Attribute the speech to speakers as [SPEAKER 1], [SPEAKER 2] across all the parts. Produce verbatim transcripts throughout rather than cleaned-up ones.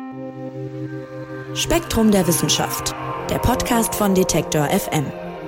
[SPEAKER 1] Spektrum der Wissenschaft, der Podcast von Detektor F M.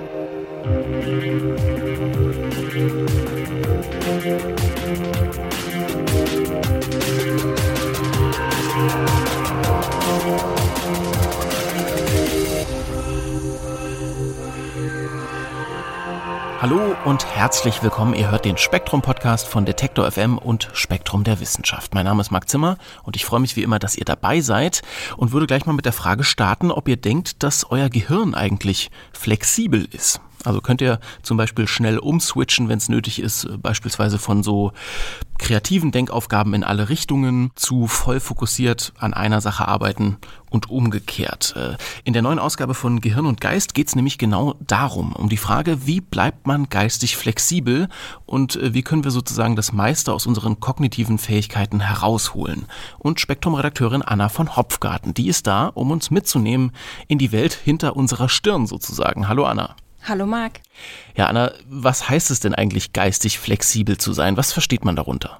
[SPEAKER 2] Hallo und herzlich willkommen. Ihr hört den Spektrum-Podcast von Detektor F M und Spektrum der Wissenschaft. Mein Name ist Marc Zimmer und ich freue mich wie immer, dass ihr dabei seid und würde gleich mal mit der Frage starten, ob ihr denkt, dass euer Gehirn eigentlich flexibel ist. Also könnt ihr zum Beispiel schnell umswitchen, wenn es nötig ist, beispielsweise von so kreativen Denkaufgaben in alle Richtungen zu voll fokussiert an einer Sache arbeiten und umgekehrt. In der neuen Ausgabe von Gehirn und Geist geht es nämlich genau darum, um die Frage, wie bleibt man geistig flexibel und wie können wir sozusagen das meiste aus unseren kognitiven Fähigkeiten herausholen. Und Spektrum-Redakteurin Anna von Hopfgarten, die ist da, um uns mitzunehmen in die Welt hinter unserer Stirn sozusagen. Hallo Anna.
[SPEAKER 3] Hallo Marc.
[SPEAKER 2] Ja, Anna, was heißt es denn eigentlich, geistig flexibel zu sein? Was versteht man darunter?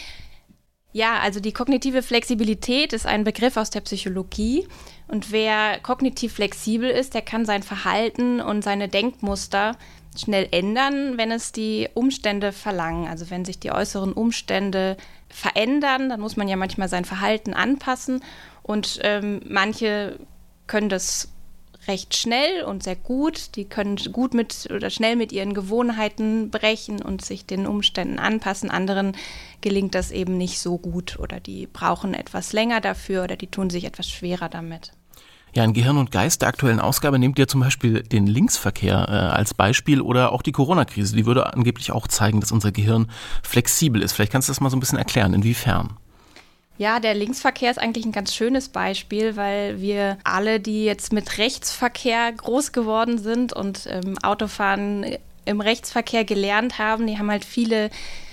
[SPEAKER 3] Ja, also die kognitive Flexibilität ist ein Begriff aus der Psychologie. Und wer kognitiv flexibel ist, der kann sein Verhalten und seine Denkmuster schnell ändern, wenn es die Umstände verlangen. Also wenn sich die äußeren Umstände verändern, dann muss man ja manchmal sein Verhalten anpassen. Und ähm, manche können das recht schnell und sehr gut. Die können gut mit oder schnell mit ihren Gewohnheiten brechen und sich den Umständen anpassen. Anderen gelingt das eben nicht so gut oder die brauchen etwas länger dafür oder die tun sich etwas schwerer damit.
[SPEAKER 2] Ja, in Gehirn und Geist der aktuellen Ausgabe nehmt ihr zum Beispiel den Linksverkehr äh, als Beispiel oder auch die Corona-Krise. Die würde angeblich auch zeigen, dass unser Gehirn flexibel ist. Vielleicht kannst du das mal so ein bisschen erklären, inwiefern?
[SPEAKER 3] Ja, der Linksverkehr ist eigentlich ein ganz schönes Beispiel, weil wir alle, die jetzt mit Rechtsverkehr groß geworden sind und ähm, Autofahren im Rechtsverkehr gelernt haben, die haben halt viele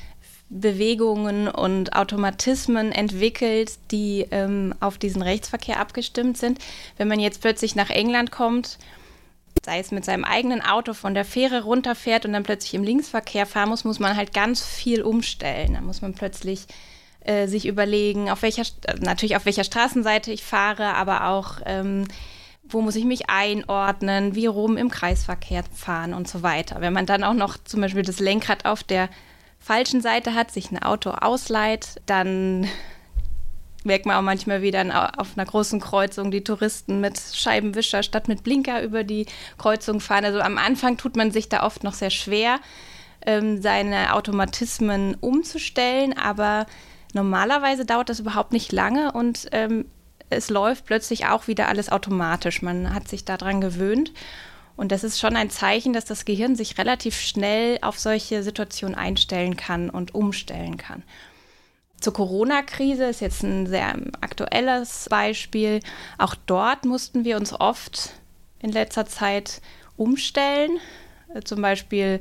[SPEAKER 3] Bewegungen und Automatismen entwickelt, die ähm, auf diesen Rechtsverkehr abgestimmt sind. Wenn man jetzt plötzlich nach England kommt, sei es mit seinem eigenen Auto von der Fähre runterfährt und dann plötzlich im Linksverkehr fahren muss, muss man halt ganz viel umstellen. Da muss man plötzlich Äh, sich überlegen, auf welcher, natürlich auf welcher Straßenseite ich fahre, aber auch, ähm, wo muss ich mich einordnen, wie rum im Kreisverkehr fahren und so weiter. Wenn man dann auch noch zum Beispiel das Lenkrad auf der falschen Seite hat, sich ein Auto ausleiht, dann merkt man auch manchmal wieder auf einer großen Kreuzung die Touristen mit Scheibenwischer statt mit Blinker über die Kreuzung fahren. Also am Anfang tut man sich da oft noch sehr schwer, ähm, seine Automatismen umzustellen, aber normalerweise dauert das überhaupt nicht lange und ähm, es läuft plötzlich auch wieder alles automatisch. Man hat sich daran gewöhnt und das ist schon ein Zeichen, dass das Gehirn sich relativ schnell auf solche Situationen einstellen kann und umstellen kann. Zur Corona-Krise ist jetzt ein sehr aktuelles Beispiel. Auch dort mussten wir uns oft in letzter Zeit umstellen. Zum Beispiel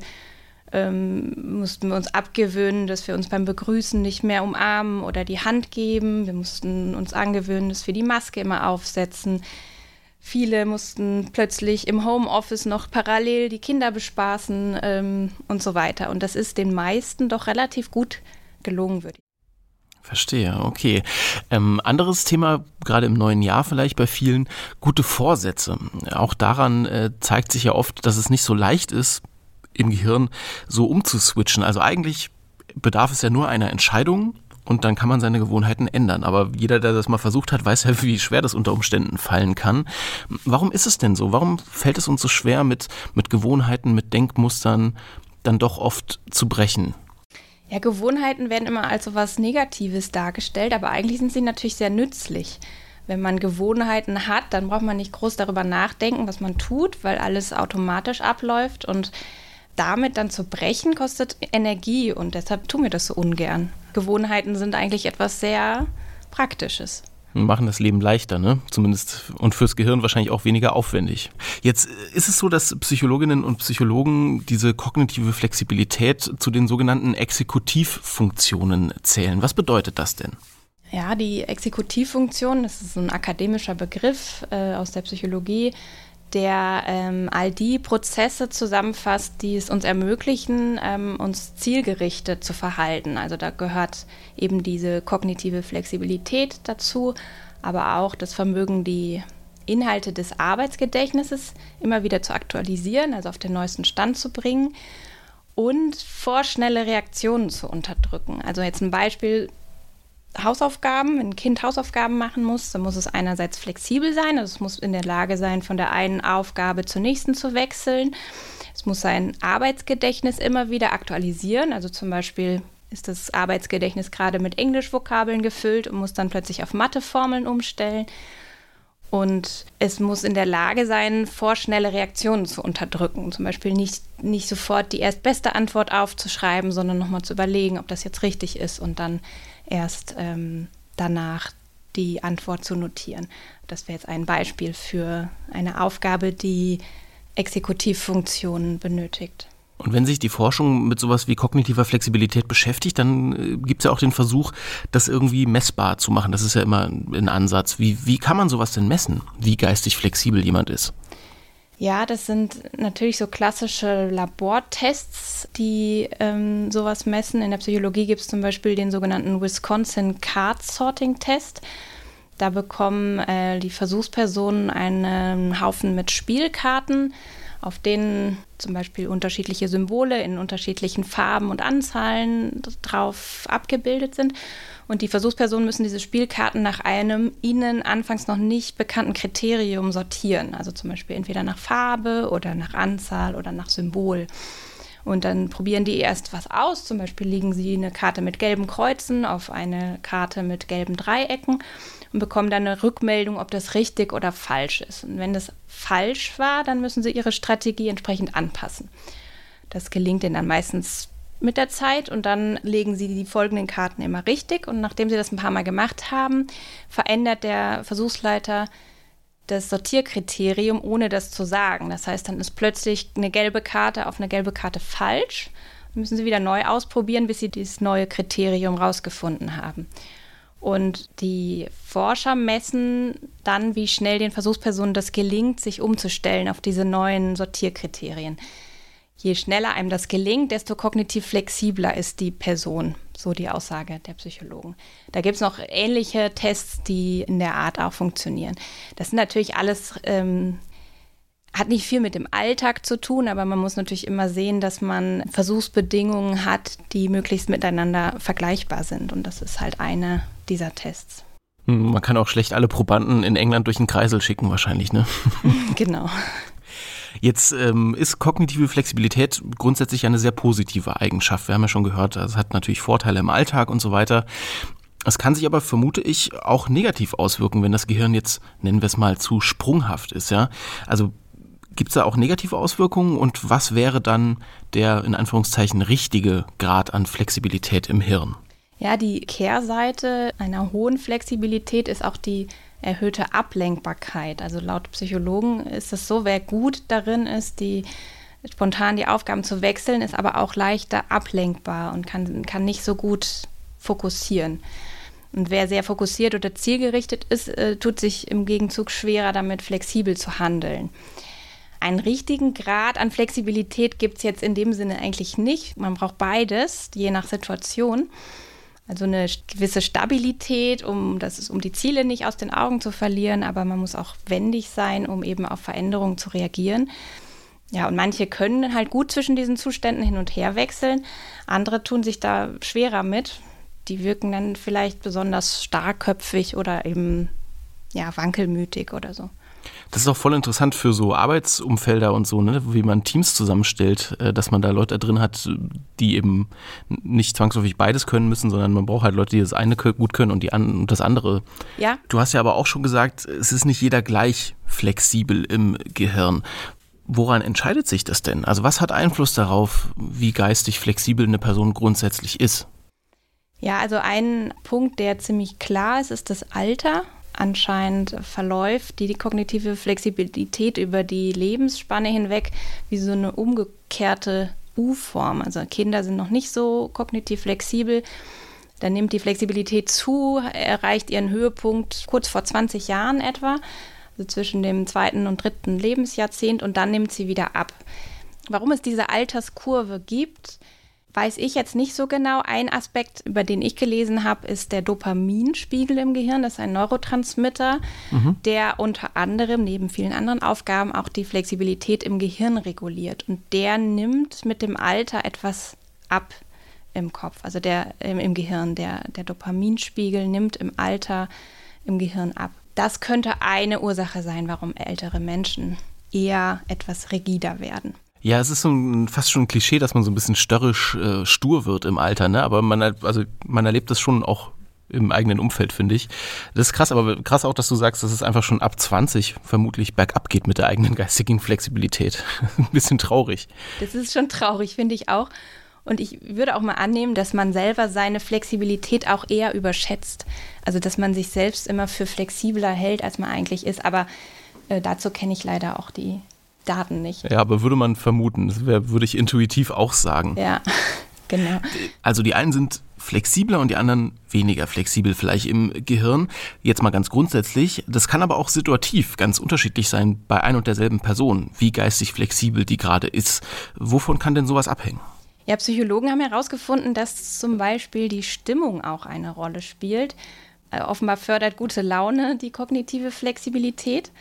[SPEAKER 3] Ähm, mussten wir uns abgewöhnen, dass wir uns beim Begrüßen nicht mehr umarmen oder die Hand geben. Wir mussten uns angewöhnen, dass wir die Maske immer aufsetzen. Viele mussten plötzlich im Homeoffice noch parallel die Kinder bespaßen ähm, und so weiter. Und das ist den meisten doch relativ gut gelungen, würde ich sagen.
[SPEAKER 2] Verstehe, okay. Ähm, anderes Thema, gerade im neuen Jahr vielleicht bei vielen, gute Vorsätze. Auch daran äh, zeigt sich ja oft, dass es nicht so leicht ist, im Gehirn so umzuswitchen. Also eigentlich bedarf es ja nur einer Entscheidung und dann kann man seine Gewohnheiten ändern. Aber jeder, der das mal versucht hat, weiß ja, wie schwer das unter Umständen fallen kann. Warum ist es denn so? Warum fällt es uns so schwer, mit, mit Gewohnheiten, mit Denkmustern dann doch oft zu brechen?
[SPEAKER 3] Ja, Gewohnheiten werden immer als so was Negatives dargestellt, aber eigentlich sind sie natürlich sehr nützlich. Wenn man Gewohnheiten hat, dann braucht man nicht groß darüber nachdenken, was man tut, weil alles automatisch abläuft und damit dann zu brechen, kostet Energie und deshalb tun wir das so ungern. Gewohnheiten sind eigentlich etwas sehr Praktisches.
[SPEAKER 2] Machen das Leben leichter, ne? Zumindest und fürs Gehirn wahrscheinlich auch weniger aufwendig. Jetzt ist es so, dass Psychologinnen und Psychologen diese kognitive Flexibilität zu den sogenannten Exekutivfunktionen zählen. Was bedeutet das denn?
[SPEAKER 3] Ja, die Exekutivfunktion, das ist ein akademischer Begriff äh, aus der Psychologie, der ähm, all die Prozesse zusammenfasst, die es uns ermöglichen, ähm, uns zielgerichtet zu verhalten. Also da gehört eben diese kognitive Flexibilität dazu, aber auch das Vermögen, die Inhalte des Arbeitsgedächtnisses immer wieder zu aktualisieren, also auf den neuesten Stand zu bringen und vorschnelle Reaktionen zu unterdrücken. Also jetzt ein Beispiel: Hausaufgaben, wenn ein Kind Hausaufgaben machen muss, dann muss es einerseits flexibel sein, also es muss in der Lage sein, von der einen Aufgabe zur nächsten zu wechseln. Es muss sein Arbeitsgedächtnis immer wieder aktualisieren, also zum Beispiel ist das Arbeitsgedächtnis gerade mit Englischvokabeln gefüllt und muss dann plötzlich auf Matheformeln umstellen. Und es muss in der Lage sein, vorschnelle Reaktionen zu unterdrücken. Zum Beispiel nicht, nicht sofort die erstbeste Antwort aufzuschreiben, sondern nochmal zu überlegen, ob das jetzt richtig ist und dann erst ähm, danach die Antwort zu notieren. Das wäre jetzt ein Beispiel für eine Aufgabe, die Exekutivfunktionen benötigt.
[SPEAKER 2] Und wenn sich die Forschung mit sowas wie kognitiver Flexibilität beschäftigt, dann äh, gibt es ja auch den Versuch, das irgendwie messbar zu machen. Das ist ja immer ein Ansatz. Wie, wie kann man sowas denn messen, wie geistig flexibel jemand ist?
[SPEAKER 3] Ja, das sind natürlich so klassische Labortests, die ähm, sowas messen. In der Psychologie gibt es zum Beispiel den sogenannten Wisconsin Card Sorting Test. Da bekommen äh, die Versuchspersonen einen Haufen mit Spielkarten, auf denen zum Beispiel unterschiedliche Symbole in unterschiedlichen Farben und Anzahlen drauf abgebildet sind. Und die Versuchspersonen müssen diese Spielkarten nach einem ihnen anfangs noch nicht bekannten Kriterium sortieren. Also zum Beispiel entweder nach Farbe oder nach Anzahl oder nach Symbol. Und dann probieren die erst was aus. Zum Beispiel legen sie eine Karte mit gelben Kreuzen auf eine Karte mit gelben Dreiecken und bekommen dann eine Rückmeldung, ob das richtig oder falsch ist. Und wenn das falsch war, dann müssen sie ihre Strategie entsprechend anpassen. Das gelingt ihnen dann meistens mit der Zeit und dann legen sie die folgenden Karten immer richtig. Und nachdem sie das ein paar Mal gemacht haben, verändert der Versuchsleiter das Sortierkriterium, ohne das zu sagen. Das heißt, dann ist plötzlich eine gelbe Karte auf eine gelbe Karte falsch. Dann müssen sie wieder neu ausprobieren, bis sie dieses neue Kriterium rausgefunden haben. Und die Forscher messen dann, wie schnell den Versuchspersonen das gelingt, sich umzustellen auf diese neuen Sortierkriterien. Je schneller einem das gelingt, desto kognitiv flexibler ist die Person, so die Aussage der Psychologen. Da gibt es noch ähnliche Tests, die in der Art auch funktionieren. Das sind natürlich alles, ähm, hat nicht viel mit dem Alltag zu tun, aber man muss natürlich immer sehen, dass man Versuchsbedingungen hat, die möglichst miteinander vergleichbar sind. Und das ist halt eine dieser Tests.
[SPEAKER 2] Man kann auch schlecht alle Probanden in England durch den Kreisel schicken wahrscheinlich, ne?
[SPEAKER 3] Genau.
[SPEAKER 2] Jetzt ähm, ist kognitive Flexibilität grundsätzlich eine sehr positive Eigenschaft. Wir haben ja schon gehört, es hat natürlich Vorteile im Alltag und so weiter. Es kann sich aber, vermute ich, auch negativ auswirken, wenn das Gehirn jetzt, nennen wir es mal, zu sprunghaft ist. Ja? Also gibt es da auch negative Auswirkungen und was wäre dann der, in Anführungszeichen, richtige Grad an Flexibilität im Hirn?
[SPEAKER 3] Ja, die Kehrseite einer hohen Flexibilität ist auch die erhöhte Ablenkbarkeit. Also laut Psychologen ist es so, wer gut darin ist, die spontan die Aufgaben zu wechseln, ist aber auch leichter ablenkbar und kann, kann nicht so gut fokussieren. Und wer sehr fokussiert oder zielgerichtet ist, äh, tut sich im Gegenzug schwerer damit, flexibel zu handeln. Einen richtigen Grad an Flexibilität gibt es jetzt in dem Sinne eigentlich nicht. Man braucht beides, je nach Situation. Also eine gewisse Stabilität, um, das ist, um die Ziele nicht aus den Augen zu verlieren, aber man muss auch wendig sein, um eben auf Veränderungen zu reagieren. Ja, und manche können halt gut zwischen diesen Zuständen hin und her wechseln, andere tun sich da schwerer mit. Die wirken dann vielleicht besonders starkköpfig oder eben ja, wankelmütig oder so.
[SPEAKER 2] Das ist auch voll interessant für so Arbeitsumfelder und so, ne, wie man Teams zusammenstellt, dass man da Leute drin hat, die eben nicht zwangsläufig beides können müssen, sondern man braucht halt Leute, die das eine gut können und, die an, und das andere.
[SPEAKER 3] Ja.
[SPEAKER 2] Du hast ja aber auch schon gesagt, es ist nicht jeder gleich flexibel im Gehirn. Woran entscheidet sich das denn? Also was hat Einfluss darauf, wie geistig flexibel eine Person grundsätzlich ist?
[SPEAKER 3] Ja, also ein Punkt, der ziemlich klar ist, ist das Alter. Anscheinend verläuft die, die kognitive Flexibilität über die Lebensspanne hinweg wie so eine umgekehrte U-Form. Also Kinder sind noch nicht so kognitiv flexibel. Dann nimmt die Flexibilität zu, erreicht ihren Höhepunkt kurz vor zwanzig Jahren etwa, also zwischen dem zweiten und dritten Lebensjahrzehnt, und dann nimmt sie wieder ab. Warum es diese Alterskurve gibt, weiß ich jetzt nicht so genau. Ein Aspekt, über den ich gelesen habe, ist der Dopaminspiegel im Gehirn. Das ist ein Neurotransmitter, mhm. der unter anderem neben vielen anderen Aufgaben auch die Flexibilität im Gehirn reguliert. Und der nimmt mit dem Alter etwas ab im Kopf, also der im, im Gehirn. Der, der Dopaminspiegel nimmt im Alter im Gehirn ab. Das könnte eine Ursache sein, warum ältere Menschen eher etwas rigider werden.
[SPEAKER 2] Ja, es ist so ein, fast schon ein Klischee, dass man so ein bisschen störrisch äh, stur wird im Alter, ne? Aber man, also man erlebt das schon auch im eigenen Umfeld, finde ich. Das ist krass, aber krass auch, dass du sagst, dass es einfach schon ab zwanzig vermutlich bergab geht mit der eigenen geistigen Flexibilität. Ein bisschen traurig.
[SPEAKER 3] Das ist schon traurig, finde ich auch. Und ich würde auch mal annehmen, dass man selber seine Flexibilität auch eher überschätzt. Also dass man sich selbst immer für flexibler hält, als man eigentlich ist. Aber äh, dazu kenne ich leider auch die Daten nicht.
[SPEAKER 2] Ja, aber würde man vermuten. Das wär, würde ich intuitiv auch sagen.
[SPEAKER 3] Ja, genau.
[SPEAKER 2] Also die einen sind flexibler und die anderen weniger flexibel vielleicht im Gehirn. Jetzt mal ganz grundsätzlich. Das kann aber auch situativ ganz unterschiedlich sein bei ein und derselben Person, wie geistig flexibel die gerade ist. Wovon kann denn sowas abhängen?
[SPEAKER 3] Ja, Psychologen haben herausgefunden, dass zum Beispiel die Stimmung auch eine Rolle spielt. Äh, offenbar fördert gute Laune die kognitive Flexibilität.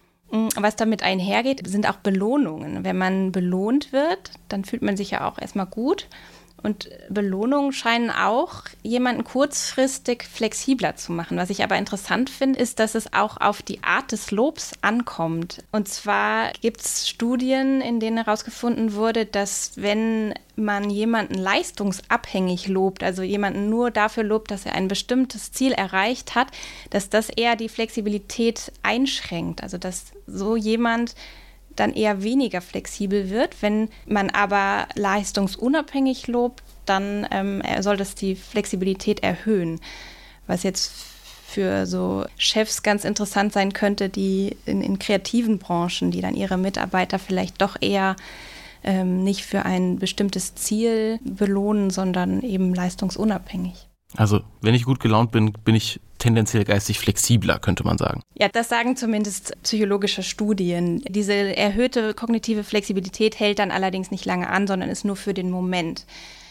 [SPEAKER 3] Was damit einhergeht, sind auch Belohnungen. Wenn man belohnt wird, dann fühlt man sich ja auch erstmal gut. Und Belohnungen scheinen auch jemanden kurzfristig flexibler zu machen. Was ich aber interessant finde, ist, dass es auch auf die Art des Lobs ankommt. Und zwar gibt es Studien, in denen herausgefunden wurde, dass wenn man jemanden leistungsabhängig lobt, also jemanden nur dafür lobt, dass er ein bestimmtes Ziel erreicht hat, dass das eher die Flexibilität einschränkt. Also dass so jemand dann eher weniger flexibel wird. Wenn man aber leistungsunabhängig lobt, dann ähm, soll das die Flexibilität erhöhen. Was jetzt für so Chefs ganz interessant sein könnte, die in, in kreativen Branchen, die dann ihre Mitarbeiter vielleicht doch eher ähm, nicht für ein bestimmtes Ziel belohnen, sondern eben leistungsunabhängig.
[SPEAKER 2] Also, wenn ich gut gelaunt bin, bin ich tendenziell geistig flexibler, könnte man sagen.
[SPEAKER 3] Ja, das sagen zumindest psychologische Studien. Diese erhöhte kognitive Flexibilität hält dann allerdings nicht lange an, sondern ist nur für den Moment.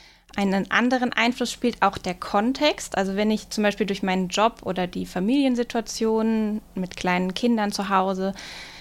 [SPEAKER 3] Einen anderen Einfluss spielt auch der Kontext. Also wenn ich zum Beispiel durch meinen Job oder die Familiensituation mit kleinen Kindern zu Hause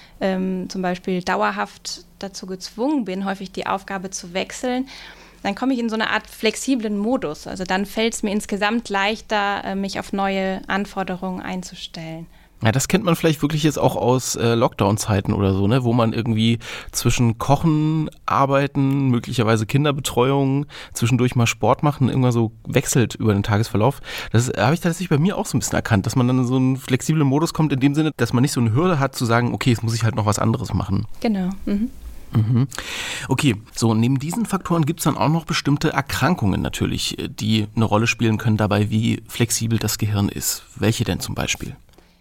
[SPEAKER 3] ähm, zum Beispiel dauerhaft dazu gezwungen bin, häufig die Aufgabe zu wechseln, dann komme ich in so eine Art flexiblen Modus. Also dann fällt es mir insgesamt leichter, mich auf neue Anforderungen einzustellen.
[SPEAKER 2] Ja, das kennt man vielleicht wirklich jetzt auch aus äh, Lockdown-Zeiten oder so, ne, wo man irgendwie zwischen Kochen, Arbeiten, möglicherweise Kinderbetreuung, zwischendurch mal Sport machen, irgendwann so wechselt über den Tagesverlauf. Das habe ich tatsächlich bei mir auch so ein bisschen erkannt, dass man dann in so einen flexiblen Modus kommt, in dem Sinne, dass man nicht so eine Hürde hat zu sagen, okay, jetzt muss ich halt noch was anderes machen.
[SPEAKER 3] Genau. Mhm.
[SPEAKER 2] Mhm. Okay, so neben diesen Faktoren gibt es dann auch noch bestimmte Erkrankungen natürlich, die eine Rolle spielen können dabei, wie flexibel das Gehirn ist. Welche denn zum Beispiel?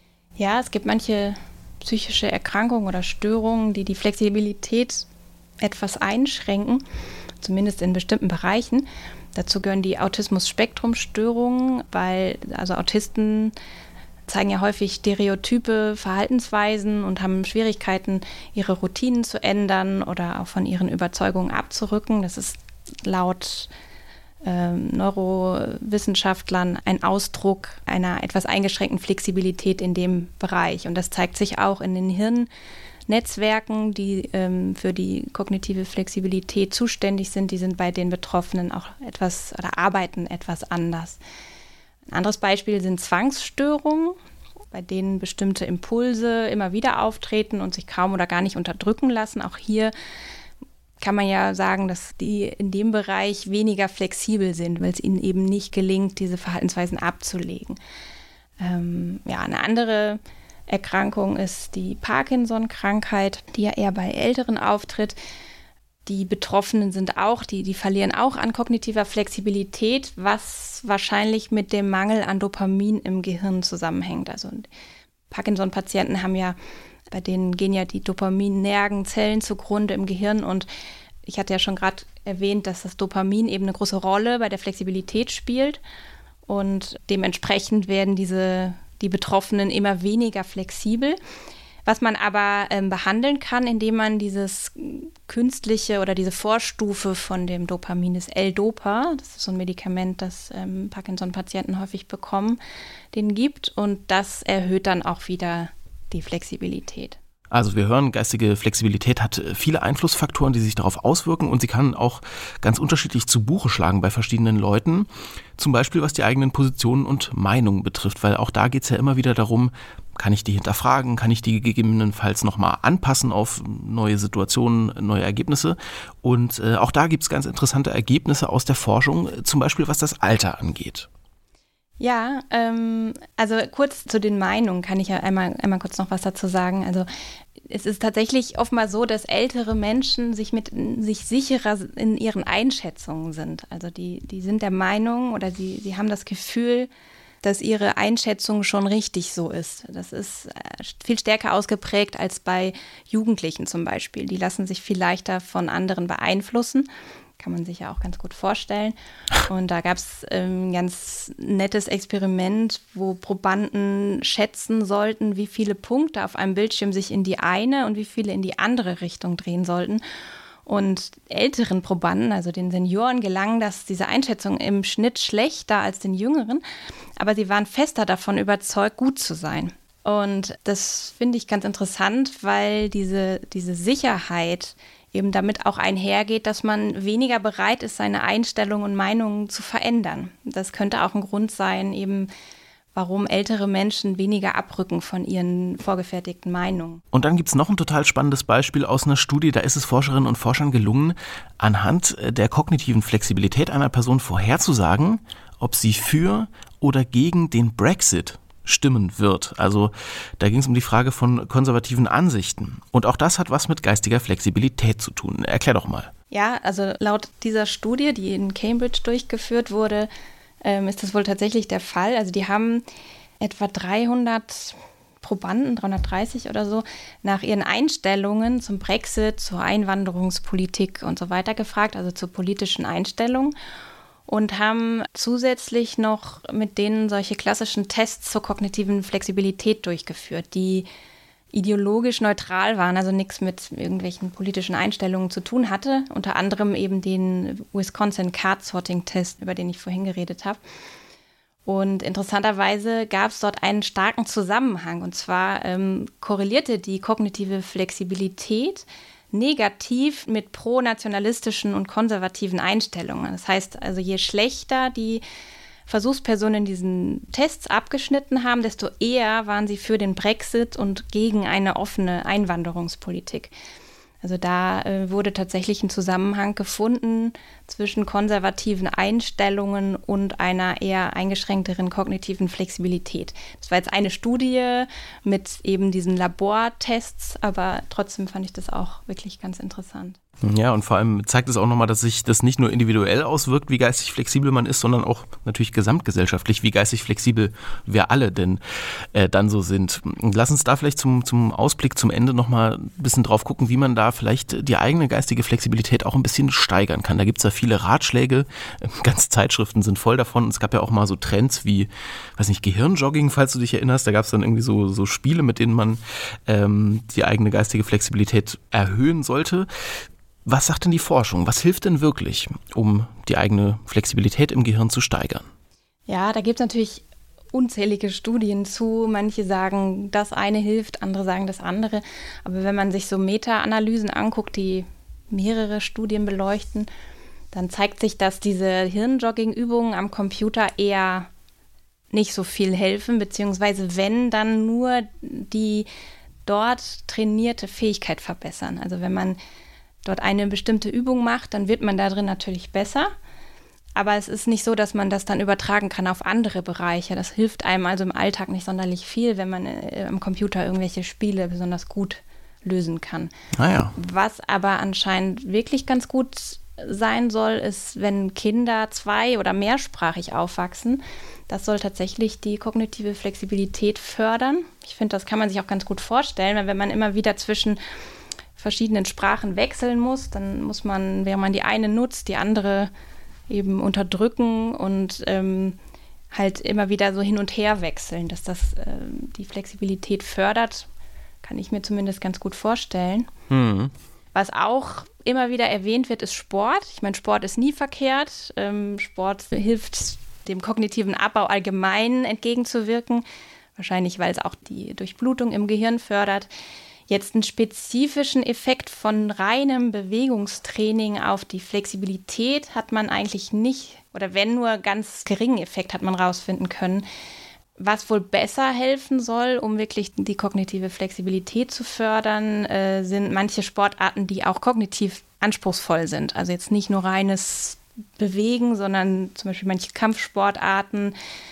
[SPEAKER 3] Ja, es gibt manche psychische Erkrankungen oder Störungen, die die Flexibilität etwas einschränken, zumindest in bestimmten Bereichen. Dazu gehören die Autismus-Spektrum-Störungen, weil also Autisten zeigen ja häufig stereotype Verhaltensweisen und haben Schwierigkeiten, ihre Routinen zu ändern oder auch von ihren Überzeugungen abzurücken. Das ist laut äh, Neurowissenschaftlern ein Ausdruck einer etwas eingeschränkten Flexibilität in dem Bereich. Und das zeigt sich auch in den Hirnnetzwerken, die ähm, für die kognitive Flexibilität zuständig sind. Die sind bei den Betroffenen auch etwas oder arbeiten etwas anders. Ein anderes Beispiel sind Zwangsstörungen, bei denen bestimmte Impulse immer wieder auftreten und sich kaum oder gar nicht unterdrücken lassen. Auch hier kann man ja sagen, dass die in dem Bereich weniger flexibel sind, weil es ihnen eben nicht gelingt, diese Verhaltensweisen abzulegen. Ähm, ja, eine andere Erkrankung ist die Parkinson-Krankheit, die ja eher bei Älteren auftritt. Die Betroffenen sind auch, die, die verlieren auch an kognitiver Flexibilität, was wahrscheinlich mit dem Mangel an Dopamin im Gehirn zusammenhängt. Also Parkinson-Patienten haben ja, bei denen gehen ja die Dopaminnergenzellen zugrunde im Gehirn und ich hatte ja schon gerade erwähnt, dass das Dopamin eben eine große Rolle bei der Flexibilität spielt und dementsprechend werden diese, die Betroffenen immer weniger flexibel. was man aber ähm, behandeln kann, indem man dieses künstliche oder diese Vorstufe von dem Dopamin, das L-Dopa, das ist so ein Medikament, das ähm, Parkinson-Patienten häufig bekommen, den gibt und das erhöht dann auch wieder die Flexibilität.
[SPEAKER 2] Also wir hören, geistige Flexibilität hat viele Einflussfaktoren, die sich darauf auswirken und sie kann auch ganz unterschiedlich zu Buche schlagen bei verschiedenen Leuten. Zum Beispiel was die eigenen Positionen und Meinungen betrifft, weil auch da geht es ja immer wieder darum, kann ich die hinterfragen, kann ich die gegebenenfalls nochmal anpassen auf neue Situationen, neue Ergebnisse. Und äh, auch da gibt es ganz interessante Ergebnisse aus der Forschung, zum Beispiel was das Alter angeht.
[SPEAKER 3] Ja, ähm, also kurz zu den Meinungen kann ich ja einmal, einmal kurz noch was dazu sagen. Also es ist tatsächlich oftmals so, dass ältere Menschen sich mit sich sicherer in ihren Einschätzungen sind. Also die, die sind der Meinung oder sie, sie haben das Gefühl, dass ihre Einschätzung schon richtig so ist. Das ist viel stärker ausgeprägt als bei Jugendlichen zum Beispiel. Die lassen sich viel leichter von anderen beeinflussen. Kann man sich ja auch ganz gut vorstellen. Und da gab es ein ganz nettes Experiment, wo Probanden schätzen sollten, wie viele Punkte auf einem Bildschirm sich in die eine und wie viele in die andere Richtung drehen sollten. Und älteren Probanden, also den Senioren, gelang das, diese Einschätzung im Schnitt schlechter als den Jüngeren. Aber sie waren fester davon überzeugt, gut zu sein. Und das finde ich ganz interessant, weil diese, diese Sicherheit eben damit auch einhergeht, dass man weniger bereit ist, seine Einstellungen und Meinungen zu verändern. Das könnte auch ein Grund sein, eben warum ältere Menschen weniger abrücken von ihren vorgefertigten Meinungen.
[SPEAKER 2] Und dann gibt es noch ein total spannendes Beispiel aus einer Studie, da ist es Forscherinnen und Forschern gelungen, anhand der kognitiven Flexibilität einer Person vorherzusagen, ob sie für oder gegen den Brexit stimmen wird. Also da ging es um die Frage von konservativen Ansichten. Und auch das hat was mit geistiger Flexibilität zu tun. Erklär doch mal.
[SPEAKER 3] Ja, also laut dieser Studie, die in Cambridge durchgeführt wurde, ähm, ist das wohl tatsächlich der Fall. Also die haben etwa dreihundert Probanden, dreihundertdreißig oder so, nach ihren Einstellungen zum Brexit, zur Einwanderungspolitik und so weiter gefragt, also zur politischen Einstellung. Und haben zusätzlich noch mit denen solche klassischen Tests zur kognitiven Flexibilität durchgeführt, die ideologisch neutral waren, also nichts mit irgendwelchen politischen Einstellungen zu tun hatte. Unter anderem eben den Wisconsin Card Sorting Test, über den ich vorhin geredet habe. Und interessanterweise gab es dort einen starken Zusammenhang. Und zwar ähm, korrelierte die kognitive Flexibilität negativ mit pronationalistischen und konservativen Einstellungen. Das heißt also, je schlechter die Versuchspersonen diesen Tests abgeschnitten haben, desto eher waren sie für den Brexit und gegen eine offene Einwanderungspolitik. Also da äh, wurde tatsächlich ein Zusammenhang gefunden zwischen konservativen Einstellungen und einer eher eingeschränkteren kognitiven Flexibilität. Das war jetzt eine Studie mit eben diesen Labortests, aber trotzdem fand ich das auch wirklich ganz interessant.
[SPEAKER 2] Ja, und vor allem zeigt es auch nochmal, dass sich das nicht nur individuell auswirkt, wie geistig flexibel man ist, sondern auch natürlich gesamtgesellschaftlich, wie geistig flexibel wir alle denn äh, dann so sind. Lass uns da vielleicht zum, zum Ausblick zum Ende nochmal ein bisschen drauf gucken, wie man da vielleicht die eigene geistige Flexibilität auch ein bisschen steigern kann. Da gibt es ja viele Ratschläge, ganze Zeitschriften sind voll davon. Es gab ja auch mal so Trends wie, weiß nicht, Gehirnjogging, falls du dich erinnerst. Da gab es dann irgendwie so, so Spiele, mit denen man ähm, die eigene geistige Flexibilität erhöhen sollte. Was sagt denn die Forschung? Was hilft denn wirklich, um die eigene Flexibilität im Gehirn zu steigern?
[SPEAKER 3] Ja, da gibt es natürlich unzählige Studien zu. Manche sagen, das eine hilft, andere sagen das andere. Aber wenn man sich so Meta-Analysen anguckt, die mehrere Studien beleuchten, dann zeigt sich, dass diese Hirnjogging-Übungen am Computer eher nicht so viel helfen, beziehungsweise wenn, dann nur die dort trainierte Fähigkeit verbessern. Also wenn man dort eine bestimmte Übung macht, dann wird man da drin natürlich besser. Aber es ist nicht so, dass man das dann übertragen kann auf andere Bereiche. Das hilft einem also im Alltag nicht sonderlich viel, wenn man äh, am Computer irgendwelche Spiele besonders gut lösen kann.
[SPEAKER 2] Ah ja.
[SPEAKER 3] Was aber anscheinend wirklich ganz gut sein soll, ist, wenn Kinder zwei- oder mehrsprachig aufwachsen. Das soll tatsächlich die kognitive Flexibilität fördern. Ich finde, das kann man sich auch ganz gut vorstellen, weil wenn man immer wieder zwischen verschiedenen Sprachen wechseln muss, dann muss man, während man die eine nutzt, die andere eben unterdrücken und ähm, halt immer wieder so hin und her wechseln, dass das äh, die Flexibilität fördert. Kann ich mir zumindest ganz gut vorstellen.
[SPEAKER 2] Mhm.
[SPEAKER 3] Was auch immer wieder erwähnt wird, ist Sport. Ich meine, Sport ist nie verkehrt. Ähm, Sport hilft dem kognitiven Abbau allgemein entgegenzuwirken. Wahrscheinlich, weil es auch die Durchblutung im Gehirn fördert. Jetzt einen spezifischen Effekt von reinem Bewegungstraining auf die Flexibilität hat man eigentlich nicht, oder wenn nur ganz geringen Effekt hat man rausfinden können. Was wohl besser helfen soll, um wirklich die kognitive Flexibilität zu fördern, äh, sind manche Sportarten, die auch kognitiv anspruchsvoll sind. Also jetzt nicht nur reines Bewegen, sondern zum Beispiel manche Kampfsportarten,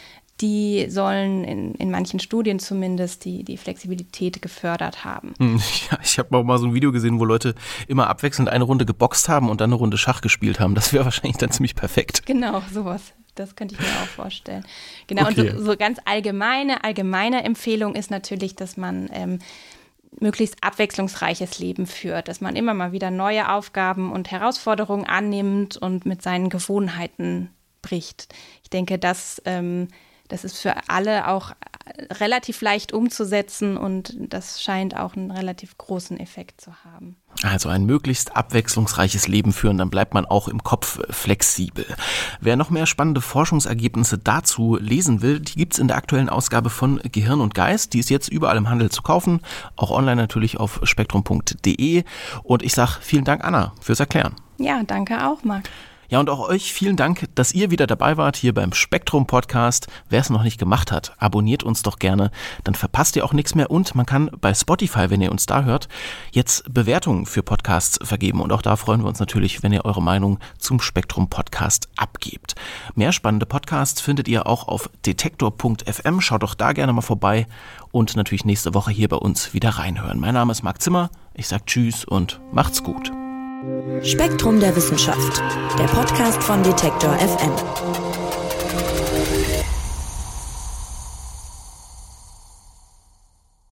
[SPEAKER 3] die sollen in, in manchen Studien zumindest die, die Flexibilität gefördert haben.
[SPEAKER 2] Ja, ich habe auch mal so ein Video gesehen, wo Leute immer abwechselnd eine Runde geboxt haben und dann eine Runde Schach gespielt haben. Das wäre wahrscheinlich dann ziemlich perfekt.
[SPEAKER 3] Genau, sowas. Das könnte ich mir auch vorstellen. Genau,
[SPEAKER 2] Okay.
[SPEAKER 3] und so, so ganz allgemeine, allgemeine Empfehlung ist natürlich, dass man ähm, möglichst abwechslungsreiches Leben führt, dass man immer mal wieder neue Aufgaben und Herausforderungen annimmt und mit seinen Gewohnheiten bricht. Ich denke, das ähm, Das ist für alle auch relativ leicht umzusetzen und das scheint auch einen relativ großen Effekt zu haben.
[SPEAKER 2] Also ein möglichst abwechslungsreiches Leben führen, dann bleibt man auch im Kopf flexibel. Wer noch mehr spannende Forschungsergebnisse dazu lesen will, die gibt's in der aktuellen Ausgabe von Gehirn und Geist. Die ist jetzt überall im Handel zu kaufen, auch online natürlich auf spektrum punkt de. Und ich sage vielen Dank, Anna, fürs Erklären.
[SPEAKER 3] Ja, danke auch, Marc.
[SPEAKER 2] Ja, und auch euch vielen Dank, dass ihr wieder dabei wart hier beim Spektrum Podcast. Wer es noch nicht gemacht hat, abonniert uns doch gerne, dann verpasst ihr auch nichts mehr und man kann bei Spotify, wenn ihr uns da hört, jetzt Bewertungen für Podcasts vergeben und auch da freuen wir uns natürlich, wenn ihr eure Meinung zum Spektrum Podcast abgebt. Mehr spannende Podcasts findet ihr auch auf detektor punkt f m, schaut doch da gerne mal vorbei und natürlich nächste Woche hier bei uns wieder reinhören. Mein Name ist Marc Zimmer, ich sag Tschüss und macht's gut.
[SPEAKER 1] Spektrum der Wissenschaft, der Podcast von Detektor F M.